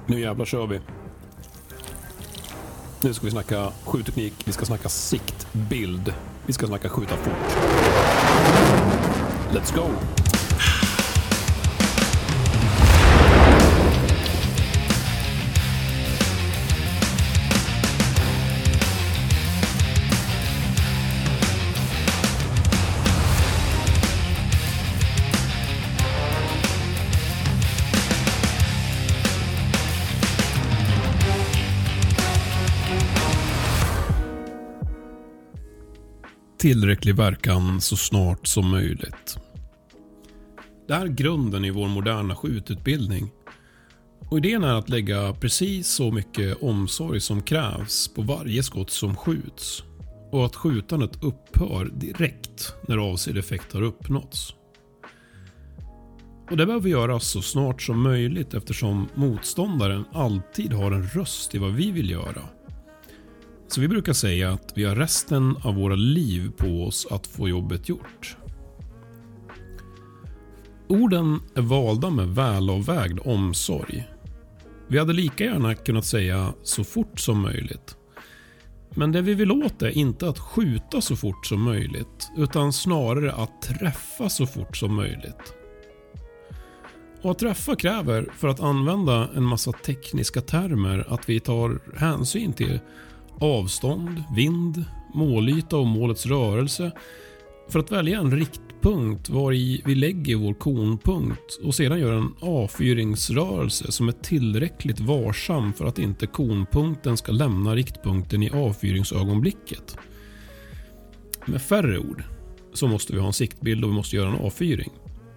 Nu jävlar kör vi. Nu ska vi snacka skjutteknik, vi ska snacka siktbild, vi ska snacka skjuta fort. Let's go! Tillräcklig verkan så snart som möjligt. Det här är grunden i vår moderna skjututbildning. Och idén är att lägga precis så mycket omsorg som krävs på varje skott som skjuts. Och att skjutandet upphör direkt när avsedd effekt har uppnåtts. Och det behöver göras så snart som möjligt eftersom motståndaren alltid har en röst i vad vi vill göra. Så vi brukar säga att vi har resten av våra liv på oss att få jobbet gjort. Orden är valda med välavvägd omsorg. Vi hade lika gärna kunnat säga så fort som möjligt. Men det vi vill åt är inte att skjuta så fort som möjligt, utan snarare att träffa så fort som möjligt. Och att träffa kräver, för att använda en massa tekniska termer, att vi tar hänsyn till avstånd, vind, målyta och målets rörelse för att välja en riktpunkt var i vi lägger vår konpunkt och sedan gör en avfyringsrörelse som är tillräckligt varsam för att inte konpunkten ska lämna riktpunkten i avfyringsögonblicket. Med färre ord så måste vi ha en siktbild och vi måste göra en avfyring.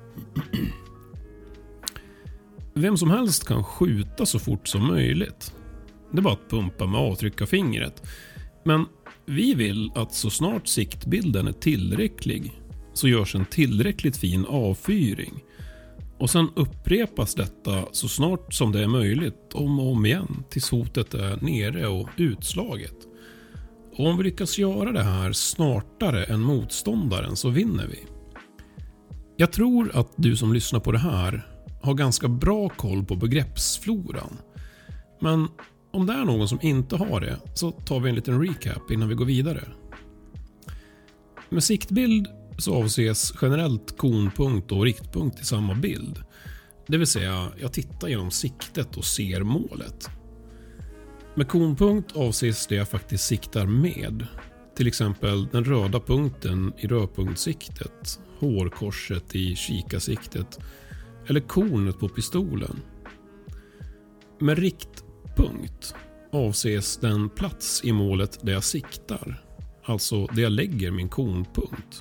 Vem som helst kan skjuta så fort som möjligt. Det är bara att pumpa med avtryck av fingret. Men vi vill att så snart siktbilden är tillräcklig så görs en tillräckligt fin avfyring. Och sen upprepas detta så snart som det är möjligt om och om igen tills hotet är nere och utslaget. Och om vi lyckas göra det här snartare än motståndaren så vinner vi. Jag tror att du som lyssnar på det här har ganska bra koll på begreppsfloran. Men om det är någon som inte har det så tar vi en liten recap innan vi går vidare. Med siktbild så avses generellt konpunkt och riktpunkt i samma bild. Det vill säga, jag tittar genom siktet och ser målet. Med konpunkt avses det jag faktiskt siktar med. Till exempel den röda punkten i rörpunktsiktet, hårkorset i kikarsiktet eller kornet på pistolen. Med riktpunkt avses den plats i målet där jag siktar, alltså där jag lägger min konpunkt.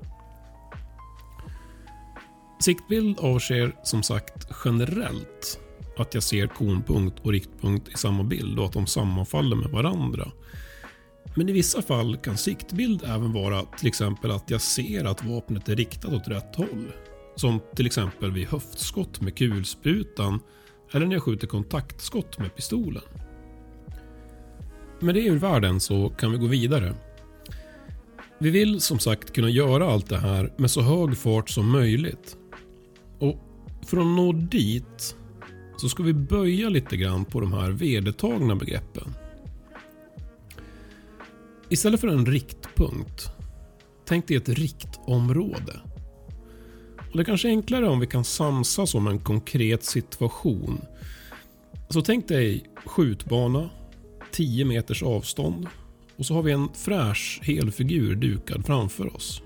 Siktbild avser som sagt generellt att jag ser konpunkt och riktpunkt i samma bild och att de sammanfaller med varandra. Men i vissa fall kan siktbild även vara till exempel att jag ser att vapnet är riktat åt rätt håll. Som till exempel vid höftskott med kulsprutan eller när jag skjuter kontaktskott med pistolen. Med det ur världen så kan vi gå vidare. Vi vill som sagt kunna göra allt det här med så hög fart som möjligt. Och för att nå dit så ska vi böja lite grann på de här vedertagna begreppen. Istället för en riktpunkt, tänk dig ett riktområde. Och det är kanske enklare om vi kan samsas om en konkret situation. Så tänk dig skjutbana, 10 meters avstånd och så har vi en fräsch helfigur dukad framför oss.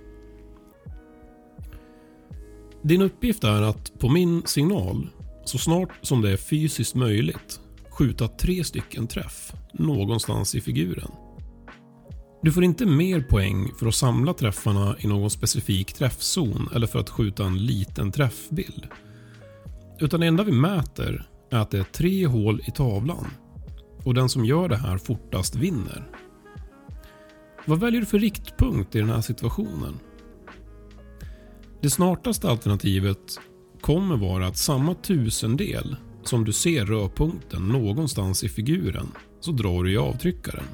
Din uppgift är att på min signal, så snart som det är fysiskt möjligt, skjuta 3 stycken träff någonstans i figuren. Du får inte mer poäng för att samla träffarna i någon specifik träffzon eller för att skjuta en liten träffbild. Utan det enda vi mäter är att det är 3 hål i tavlan och den som gör det här fortast vinner. Vad väljer du för riktpunkt i den här situationen? Det smartaste alternativet kommer vara att samma tusendel som du ser rörpunkten någonstans i figuren så drar du i avtryckaren.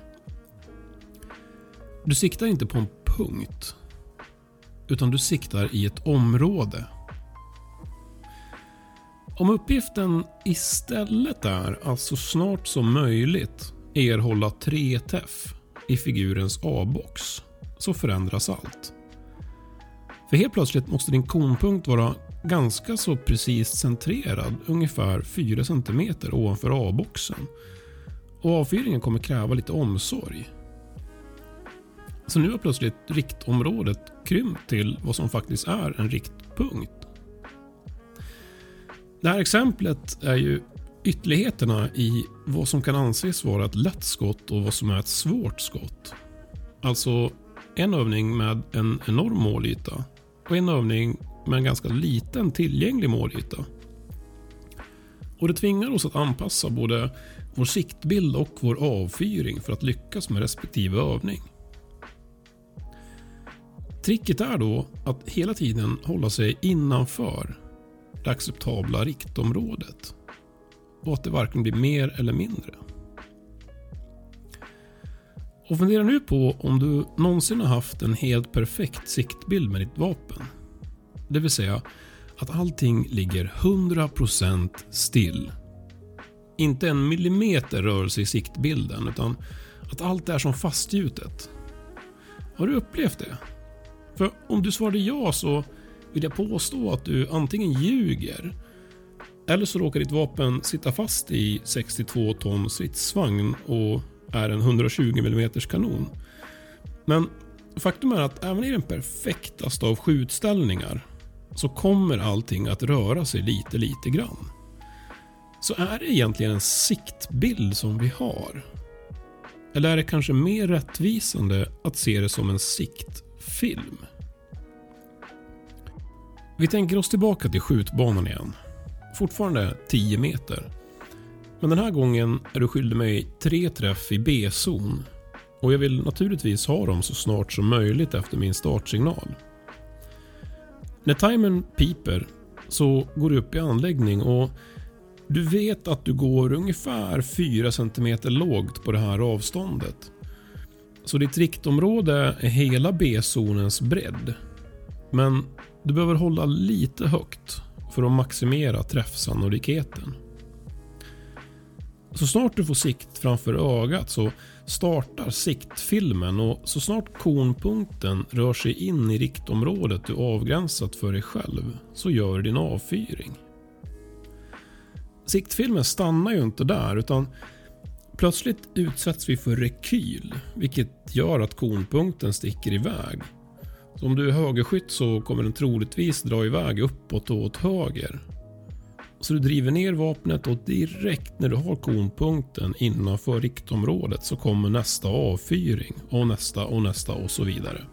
Du siktar inte på en punkt utan du siktar i ett område. Om uppgiften istället är att så snart som möjligt erhålla 3 träff i figurens A-box, så förändras allt. För helt plötsligt måste din konpunkt vara ganska så precis centrerad, ungefär 4 cm ovanför A-boxen. Och avfyringen kommer kräva lite omsorg. Så nu har plötsligt riktområdet krympt till vad som faktiskt är en riktpunkt. Det här exemplet är ju ytterligheterna i vad som kan anses vara ett lätt skott och vad som är ett svårt skott. Alltså en övning med en enorm målyta och en övning med en ganska liten tillgänglig målyta. Och det tvingar oss att anpassa både vår siktbild och vår avfyring för att lyckas med respektive övning. Tricket är då att hela tiden hålla sig innanför det acceptabla riktområdet och att det varken blir mer eller mindre. Och fundera nu på om du någonsin har haft en helt perfekt siktbild med ditt vapen. Det vill säga att allting ligger 100% still. Inte en millimeter rörelse i siktbilden, utan att allt är som fastgjutet. Har du upplevt det? För om du svarade ja, så vill jag påstå att du antingen ljuger eller så råkar ditt vapen sitta fast i 62 ton stridsvagn och är en 120 mm kanon. Men faktum är att även i den perfektaste av skjutställningar så kommer allting att röra sig lite grann. Så är det egentligen en siktbild som vi har? Eller är det kanske mer rättvisande att se det som en siktfilm? Vi tänker oss tillbaka till skjutbanan igen. Fortfarande 10 meter. Men den här gången är du skyldig mig 3 träff i B-zon. Och jag vill naturligtvis ha dem så snart som möjligt efter min startsignal. När timern piper så går du upp i anläggning och du vet att du går ungefär 4 cm lågt på det här avståndet. Så ditt riktområde är hela B-zonens bredd. Men du behöver hålla lite högt för att maximera träffsannolikheten. Så snart du får sikt framför ögat så startar siktfilmen, och så snart konpunkten rör sig in i riktområdet du avgränsat för dig själv så gör din avfyring. Siktfilmen stannar ju inte där, utan plötsligt utsätts vi för rekyl, vilket gör att konpunkten sticker iväg. Så om du är högerskytt så kommer den troligtvis dra iväg uppåt och åt höger. Så du driver ner vapnet och direkt när du har konpunkten innanför riktområdet så kommer nästa avfyring och nästa och så vidare.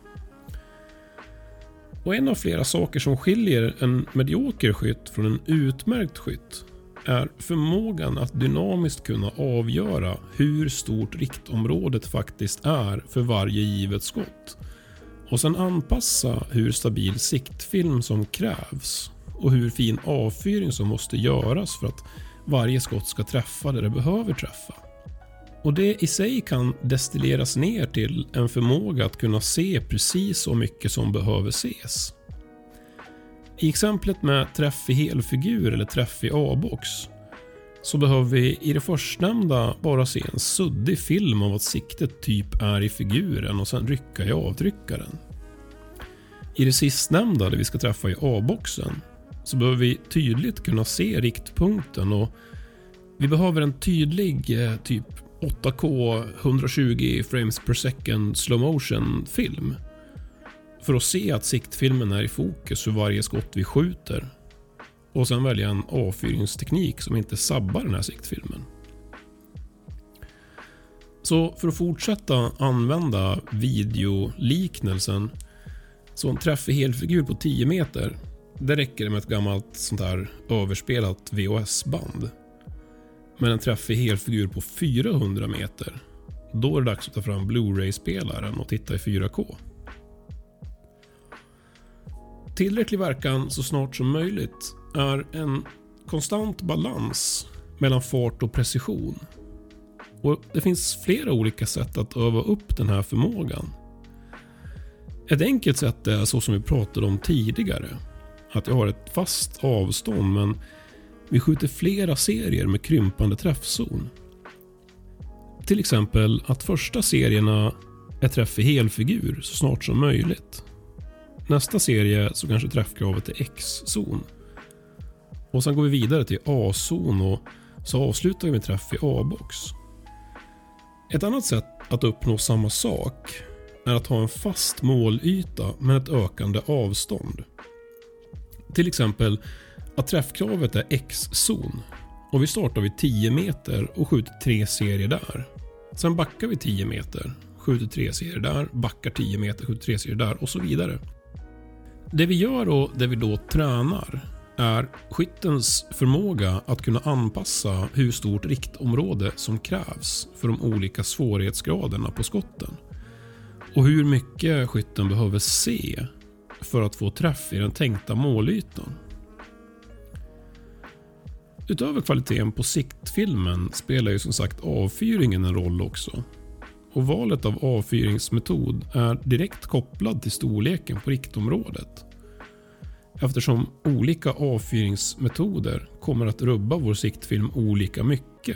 Och en av flera saker som skiljer en medioker skytt från en utmärkt skytt är förmågan att dynamiskt kunna avgöra hur stort riktområdet faktiskt är för varje givet skott. Och sen anpassa hur stabil siktfilm som krävs och hur fin avfyring som måste göras för att varje skott ska träffa där det behöver träffa. Och det i sig kan destilleras ner till en förmåga att kunna se precis så mycket som behöver ses. I exemplet med träff i helfigur eller träff i A-box så behöver vi i det förstnämnda bara se en suddig film av att siktet typ är i figuren och sen rycka i avtryckaren. I det sistnämnda, där vi ska träffa i A-boxen, så behöver vi tydligt kunna se riktpunkten, och vi behöver en tydlig typ 8K 120 frames per second slow motion film för att se att siktfilmen är i fokus för varje skott vi skjuter, och sen välja en avfyrningsteknik som inte sabbar den här siktfilmen. Så för att fortsätta använda videoliknelsen, så en träff i helfigur på 10 meter, det räcker med ett gammalt sånt här överspelat VHS-band. Men en träff i helfigur på 400 meter, då är det dags att ta fram Blu-ray-spelaren och titta i 4K. Tillräcklig verkan så snart som möjligt är en konstant balans mellan fart och precision. Och det finns flera olika sätt att öva upp den här förmågan. Ett enkelt sätt är så som vi pratade om tidigare. Att jag har ett fast avstånd, men Vi skjuter flera serier med krympande träffzon. Till exempel att första serierna är träff i helfigur så snart som möjligt. Nästa serie så kanske träffkravet är X-zon. Och sen går vi vidare till A-zon och så avslutar vi med träff i A-box. Ett annat sätt att uppnå samma sak är att ha en fast målyta med ett ökande avstånd. Till exempel att träffkravet är X-zon och vi startar vid 10 meter och skjuter 3 serier där. Sen backar vi 10 meter, skjuter 3 serier där, backar 10 meter, skjuter 3 serier där och så vidare. Det vi gör och det vi då tränar är skyttens förmåga att kunna anpassa hur stort riktområde som krävs för de olika svårighetsgraderna på skotten. Och hur mycket skytten behöver se för att få träff i den tänkta målytan. Utöver kvaliteten på siktfilmen spelar ju som sagt avfyringen en roll också. Och valet av avfyringsmetod är direkt kopplad till storleken på riktområdet. Eftersom olika avfyringsmetoder kommer att rubba vår siktfilm olika mycket.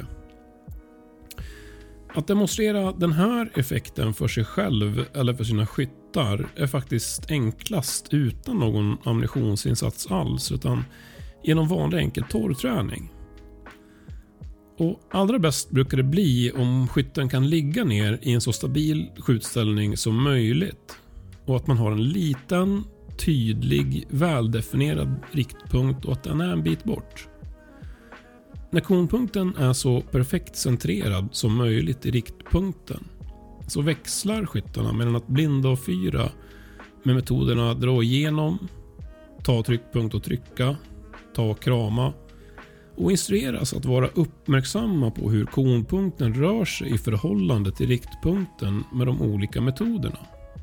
Att demonstrera den här effekten för sig själv eller för sina skyttar är faktiskt enklast utan någon ammunitionsinsats alls, utan genom vanlig enkel torrträning. Och allra bäst brukar det bli om skytten kan ligga ner i en så stabil skjutställning som möjligt och att man har en liten, tydlig, väldefinierad riktpunkt och att den är en bit bort. När konpunkten är så perfekt centrerad som möjligt i riktpunkten så växlar skyttarna mellan att blinda och fyra med metoderna dra igenom, ta tryckpunkt och trycka, ta och krama och instrueras att vara uppmärksamma på hur konpunkten rör sig i förhållande till riktpunkten med de olika metoderna.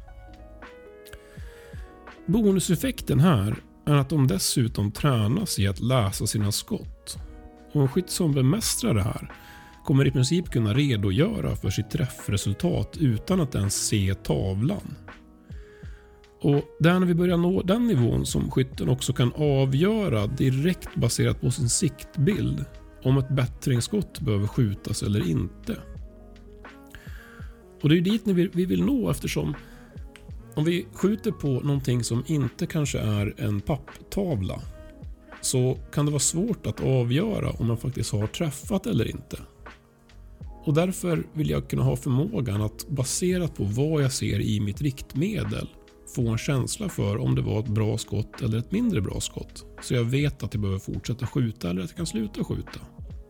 Bonuseffekten här är att de dessutom tränas i att läsa sina skott. Och en skytt som bemästrar det här kommer i princip kunna redogöra för sitt träffresultat utan att ens se tavlan. Och där när vi börjar nå den nivån som skytten också kan avgöra direkt baserat på sin siktbild om ett bättringsskott behöver skjutas eller inte. Och det är dit vi vill nå, eftersom om vi skjuter på någonting som inte kanske är en papptavla så kan det vara svårt att avgöra om man faktiskt har träffat eller inte. Och därför vill jag kunna ha förmågan att baserat på vad jag ser i mitt riktmedel få en känsla för om det var ett bra skott eller ett mindre bra skott. Så jag vet att jag behöver fortsätta skjuta eller att jag kan sluta skjuta.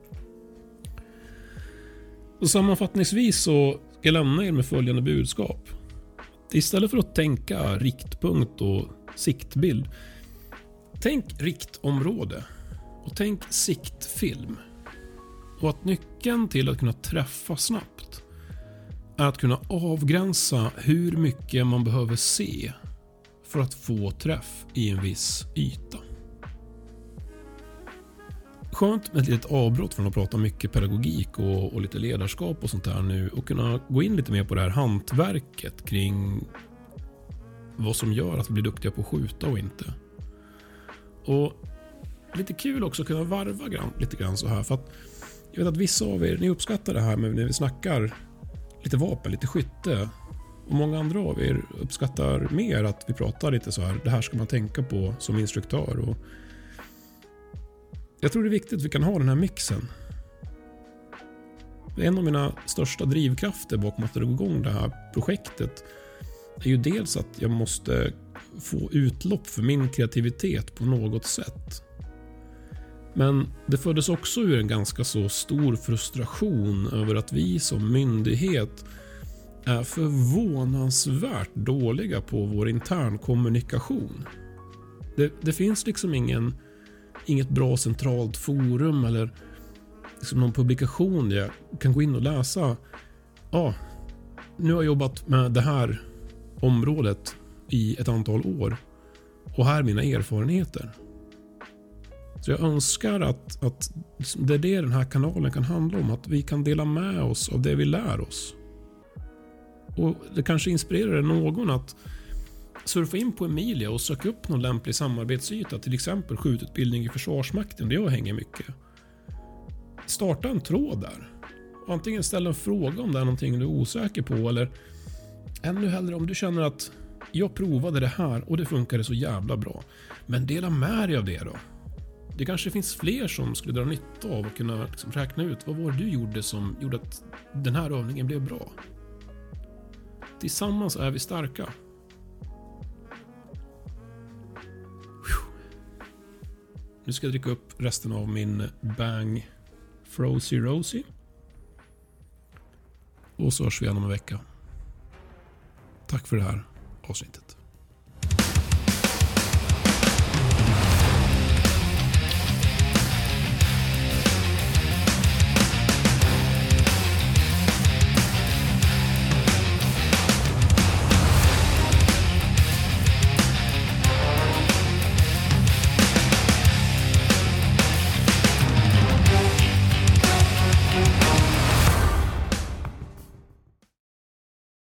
Och sammanfattningsvis så ska jag lämna er med följande budskap. Istället för att tänka riktpunkt och siktbild, tänk riktområde och tänk siktfilm. Och att nyckeln till att kunna träffa snabbt är att kunna avgränsa hur mycket man behöver se för att få träff i en viss yta. Skönt med ett litet avbrott från att prata mycket pedagogik och lite ledarskap och sånt där nu och kunna gå in lite mer på det här hantverket kring vad som gör att vi blir duktiga på att skjuta och inte. Och lite kul också att kunna varva lite grann så här, för att jag vet att vissa av er, ni uppskattar det här med när vi snackar lite vapen, lite skytte, och många andra av er uppskattar mer att vi pratar lite så här, det här ska man tänka på som instruktör. Och jag tror det är viktigt att vi kan ha den här mixen. En av mina största drivkrafter bakom att dra igång det här projektet är ju dels att jag måste få utlopp för min kreativitet på något sätt. Men det föddes också ur en ganska så stor frustration över att vi som myndighet är förvånansvärt dåliga på vår internkommunikation. Det finns liksom inget bra centralt forum eller liksom någon publikation där jag kan gå in och läsa. Ja, nu har jag jobbat med det här området i ett antal år och här är mina erfarenheter. Så jag önskar att det är det den här kanalen kan handla om, att vi kan dela med oss av det vi lär oss. Och det kanske inspirerar någon att surfa in på Emilia och sök upp någon lämplig samarbetsyta, till exempel skjututbildning i Försvarsmakten, där jag hänger mycket. Starta en tråd där. Antingen ställ en fråga om det är någonting du är osäker på, eller ännu hellre om du känner att jag provade det här och det funkade så jävla bra. Men dela med dig av det då. Det kanske finns fler som skulle dra nytta av att kunna liksom räkna ut vad var det du gjorde som gjorde att den här övningen blev bra. Tillsammans är vi starka. Nu ska jag dricka upp resten av min Bang Frozy Rosie. Och så hörs vi igen om en vecka. Tack för det här avsnittet.